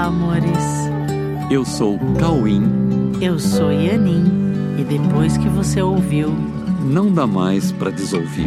amores. Eu sou Cauim. Eu sou Yanin. E depois que você ouviu, não dá mais para desouvir.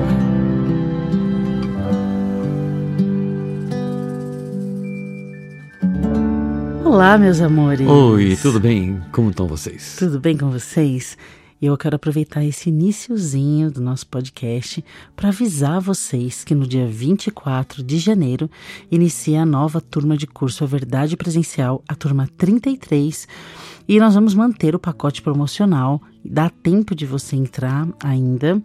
Olá, meus amores. Oi, tudo bem? Como estão vocês? Tudo bem com vocês? E eu quero aproveitar esse iniciozinho do nosso podcast para avisar vocês que no dia 24 de janeiro inicia a nova turma de curso A Verdade Presencial, a turma 33, e nós vamos manter o pacote promocional. Dá tempo de você entrar ainda,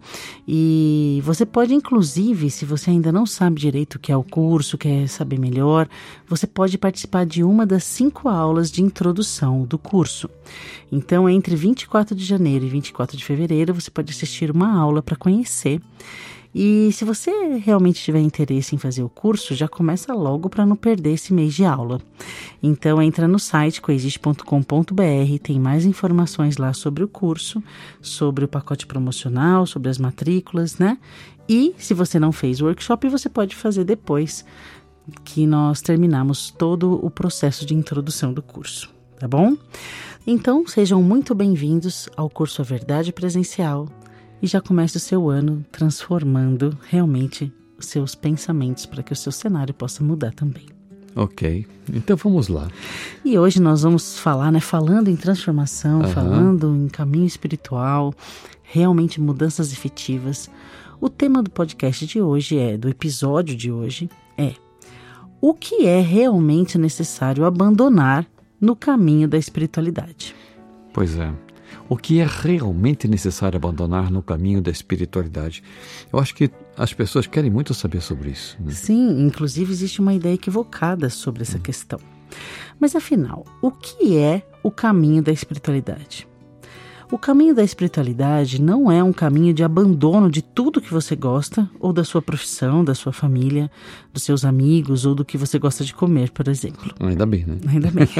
e você pode, inclusive, se você ainda não sabe direito o que é o curso, quer saber melhor, você pode participar de uma das 5 aulas de introdução do curso. Então, entre 24 de janeiro e 24 de fevereiro, você pode assistir uma aula para conhecer. E se você realmente tiver interesse em fazer o curso, já começa logo para não perder esse mês de aula. Então entra no site coexiste.com.br, tem mais informações lá sobre o curso, sobre o pacote promocional, sobre as matrículas, né? E se você não fez o workshop, você pode fazer depois que nós terminamos todo o processo de introdução do curso, tá bom? Então sejam muito bem-vindos ao curso A Verdade Presencial. E já comece o seu ano transformando realmente os seus pensamentos para que o seu cenário possa mudar também. Ok, então vamos lá. E hoje nós vamos falar, falando em transformação, falando em caminho espiritual, realmente mudanças efetivas. O tema do podcast de hoje do episódio de hoje é: o que é realmente necessário abandonar no caminho da espiritualidade? Pois é. O que é realmente necessário abandonar no caminho da espiritualidade? Eu acho que as pessoas querem muito saber sobre isso, né? Sim, inclusive existe uma ideia equivocada sobre essa questão. Mas afinal, o que é o caminho da espiritualidade? O caminho da espiritualidade não é um caminho de abandono de tudo que você gosta, ou da sua profissão, da sua família, dos seus amigos, ou do que você gosta de comer, por exemplo. Ainda bem, né? Ainda bem.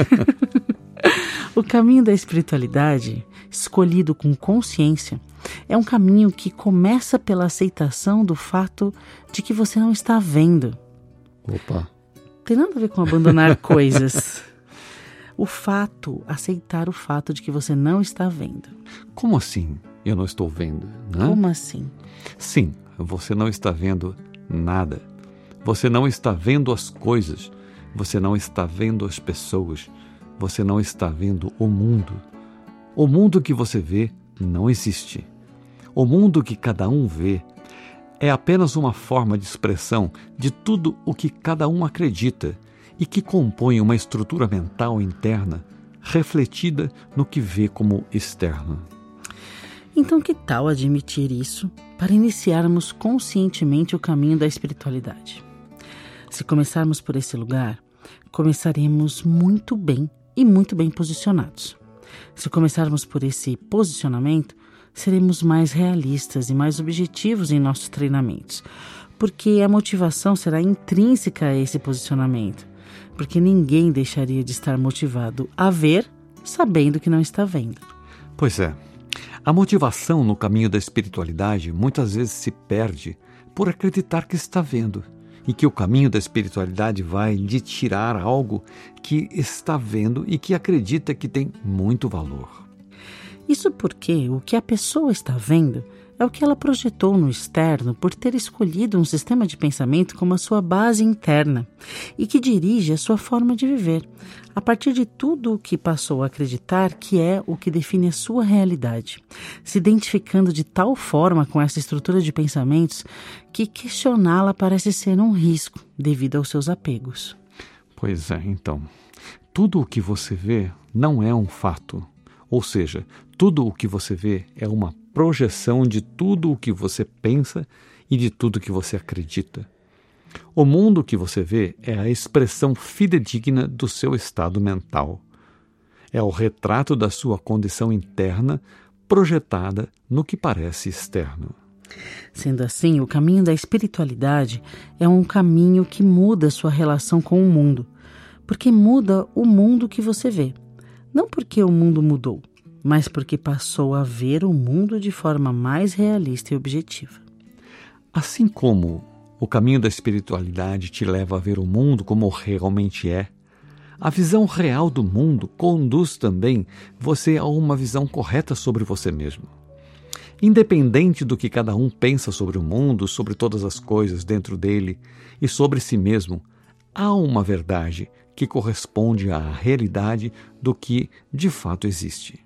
O caminho da espiritualidade, escolhido com consciência, é um caminho que começa pela aceitação do fato de que você não está vendo. Opa! Tem nada a ver com abandonar coisas. Aceitar o fato de que você não está vendo. Como assim eu não estou vendo? Né? Como assim? Sim, você não está vendo nada. Você não está vendo as coisas. Você não está vendo as pessoas. Você não está vendo o mundo. O mundo que você vê não existe. O mundo que cada um vê é apenas uma forma de expressão de tudo o que cada um acredita e que compõe uma estrutura mental interna refletida no que vê como externo. Então, que tal admitir isso para iniciarmos conscientemente o caminho da espiritualidade? Se começarmos por esse lugar, começaremos muito bem e muito bem posicionados. Se começarmos por esse posicionamento, seremos mais realistas e mais objetivos em nossos treinamentos, porque a motivação será intrínseca a esse posicionamento, porque ninguém deixaria de estar motivado a ver, sabendo que não está vendo. Pois é, a motivação no caminho da espiritualidade muitas vezes se perde por acreditar que está vendo, e que o caminho da espiritualidade vai lhe tirar algo que está vendo e que acredita que tem muito valor. Isso porque o que a pessoa está vendo é o que ela projetou no externo por ter escolhido um sistema de pensamento como a sua base interna e que dirige a sua forma de viver, a partir de tudo o que passou a acreditar que é o que define a sua realidade, se identificando de tal forma com essa estrutura de pensamentos que questioná-la parece ser um risco devido aos seus apegos. Pois é, então, tudo o que você vê não é um fato, ou seja, tudo o que você vê é uma projeção de tudo o que você pensa e de tudo que você acredita. O mundo que você vê é a expressão fidedigna do seu estado mental. É o retrato da sua condição interna projetada no que parece externo. Sendo assim, o caminho da espiritualidade é um caminho que muda a sua relação com o mundo, porque muda o mundo que você vê. Não porque o mundo mudou, mas porque passou a ver o mundo de forma mais realista e objetiva. Assim como o caminho da espiritualidade te leva a ver o mundo como realmente é, A visão real do mundo conduz também você a uma visão correta sobre você mesmo. Independente do que cada um pensa sobre o mundo, sobre todas as coisas dentro dele e sobre si mesmo, há uma verdade que corresponde à realidade do que de fato existe.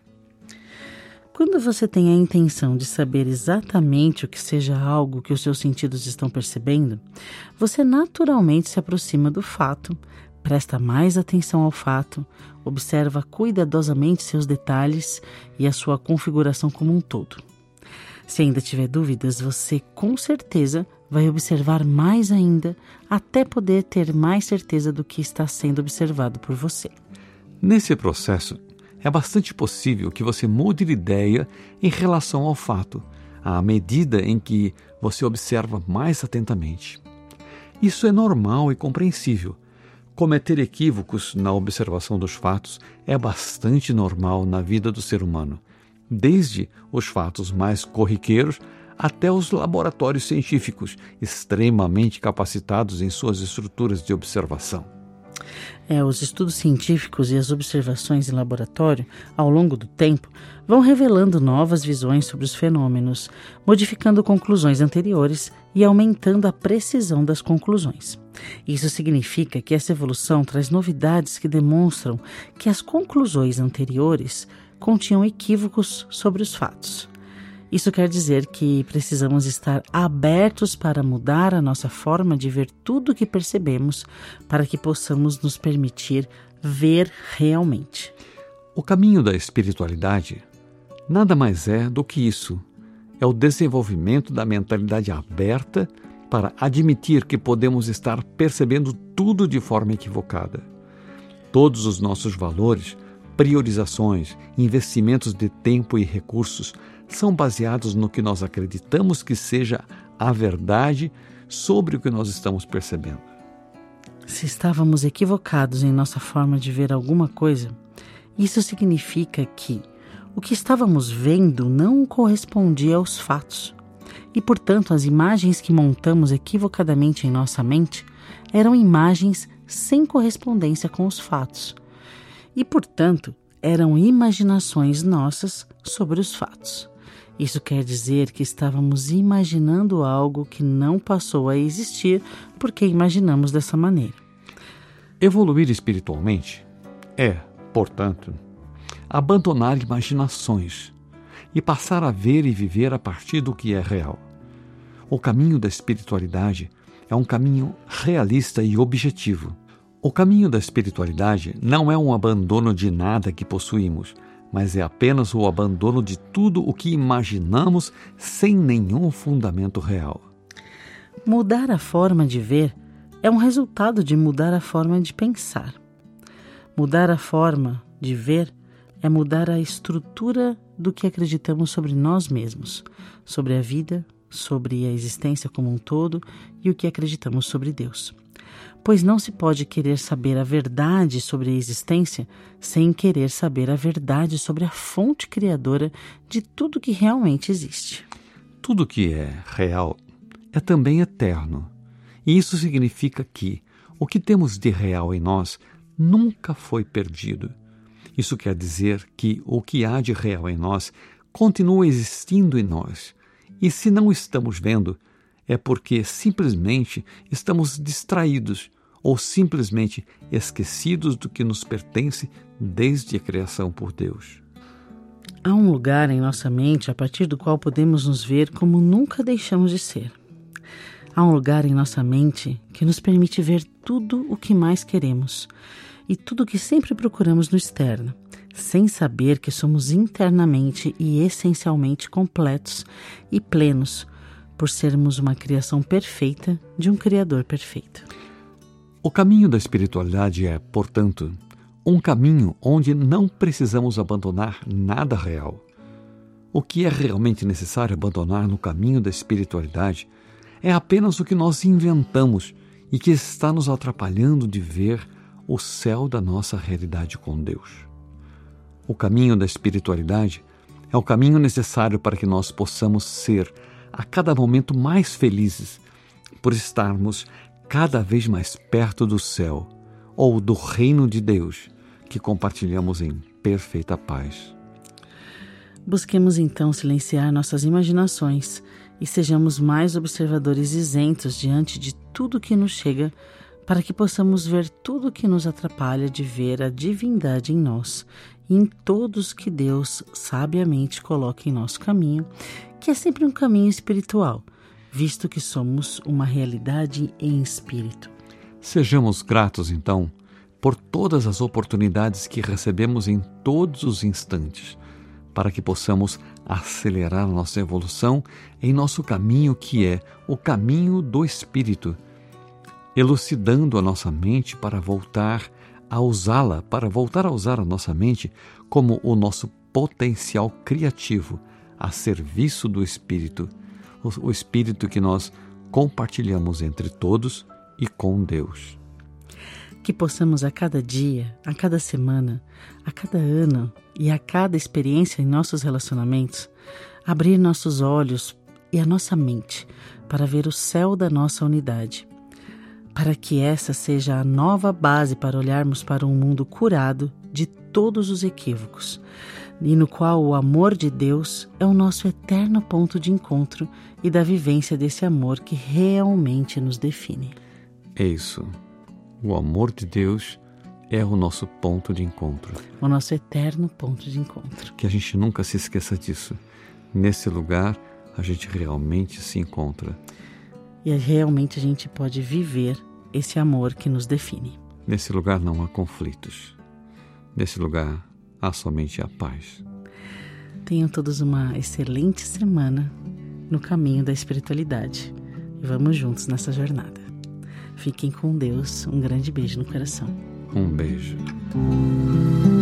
Quando você tem a intenção de saber exatamente o que seja algo que os seus sentidos estão percebendo, você naturalmente se aproxima do fato, presta mais atenção ao fato, observa cuidadosamente seus detalhes e a sua configuração como um todo. Se ainda tiver dúvidas, você com certeza vai observar mais ainda até poder ter mais certeza do que está sendo observado por você. Nesse processo, é bastante possível que você mude de ideia em relação ao fato, à medida em que você observa mais atentamente. Isso é normal e compreensível. Cometer equívocos na observação dos fatos é bastante normal na vida do ser humano, desde os fatos mais corriqueiros até os laboratórios científicos extremamente capacitados em suas estruturas de observação. Os estudos científicos e as observações em laboratório, ao longo do tempo, vão revelando novas visões sobre os fenômenos, modificando conclusões anteriores e aumentando a precisão das conclusões. Isso significa que essa evolução traz novidades que demonstram que as conclusões anteriores continham equívocos sobre os fatos. Isso quer dizer que precisamos estar abertos para mudar a nossa forma de ver tudo o que percebemos, para que possamos nos permitir ver realmente. O caminho da espiritualidade nada mais é do que isso. É o desenvolvimento da mentalidade aberta para admitir que podemos estar percebendo tudo de forma equivocada. Todos os nossos valores, priorizações, investimentos de tempo e recursos são baseados no que nós acreditamos que seja a verdade sobre o que nós estamos percebendo. Se estávamos equivocados em nossa forma de ver alguma coisa, isso significa que o que estávamos vendo não correspondia aos fatos. E, portanto, as imagens que montamos equivocadamente em nossa mente eram imagens sem correspondência com os fatos. E, portanto, eram imaginações nossas sobre os fatos. Isso quer dizer que estávamos imaginando algo que não passou a existir porque imaginamos dessa maneira. Evoluir espiritualmente é, portanto, abandonar imaginações e passar a ver e viver a partir do que é real. O caminho da espiritualidade é um caminho realista e objetivo. O caminho da espiritualidade não é um abandono de nada que possuímos, mas é apenas o abandono de tudo o que imaginamos sem nenhum fundamento real. Mudar a forma de ver é um resultado de mudar a forma de pensar. Mudar a forma de ver é mudar a estrutura do que acreditamos sobre nós mesmos, sobre a vida, sobre a existência como um todo e o que acreditamos sobre Deus. Pois não se pode querer saber a verdade sobre a existência sem querer saber a verdade sobre a fonte criadora de tudo que realmente existe. Tudo que é real é também eterno. E isso significa que o que temos de real em nós nunca foi perdido. Isso quer dizer que o que há de real em nós continua existindo em nós. E se não estamos vendo, é porque simplesmente estamos distraídos ou simplesmente esquecidos do que nos pertence desde a criação por Deus. Há um lugar em nossa mente a partir do qual podemos nos ver como nunca deixamos de ser. Há um lugar em nossa mente que nos permite ver tudo o que mais queremos e tudo o que sempre procuramos no externo, sem saber que somos internamente e essencialmente completos e plenos, por sermos uma criação perfeita de um Criador perfeito. O caminho da espiritualidade é, portanto, um caminho onde não precisamos abandonar nada real. O que é realmente necessário abandonar no caminho da espiritualidade é apenas o que nós inventamos e que está nos atrapalhando de ver o céu da nossa realidade com Deus. O caminho da espiritualidade é o caminho necessário para que nós possamos ser a cada momento mais felizes por estarmos cada vez mais perto do céu, ou do reino de Deus, que compartilhamos em perfeita paz. Busquemos então silenciar nossas imaginações e sejamos mais observadores isentos diante de tudo que nos chega, para que possamos ver tudo que nos atrapalha de ver a divindade em nós e em todos que Deus sabiamente coloca em nosso caminho, que é sempre um caminho espiritual, visto que somos uma realidade em espírito. Sejamos gratos, então, por todas as oportunidades que recebemos em todos os instantes, para que possamos acelerar nossa evolução em nosso caminho, que é o caminho do Espírito, elucidando a nossa mente para voltar a usá-la, para voltar a usar a nossa mente como o nosso potencial criativo a serviço do Espírito, o Espírito que nós compartilhamos entre todos e com Deus. Que possamos a cada dia, a cada semana, a cada ano e a cada experiência em nossos relacionamentos, abrir nossos olhos e a nossa mente para ver o céu da nossa unidade, para que essa seja a nova base para olharmos para um mundo curado de todos os equívocos, e no qual o amor de Deus é o nosso eterno ponto de encontro e da vivência desse amor que realmente nos define. É isso. O amor de Deus é o nosso ponto de encontro. O nosso eterno ponto de encontro. Que a gente nunca se esqueça disso. Nesse lugar, a gente realmente se encontra. E realmente a gente pode viver esse amor que nos define. Nesse lugar não há conflitos. Nesse lugar há somente a paz. Tenham todos uma excelente semana no caminho da espiritualidade. E vamos juntos nessa jornada. Fiquem com Deus. Um grande beijo no coração. Um beijo.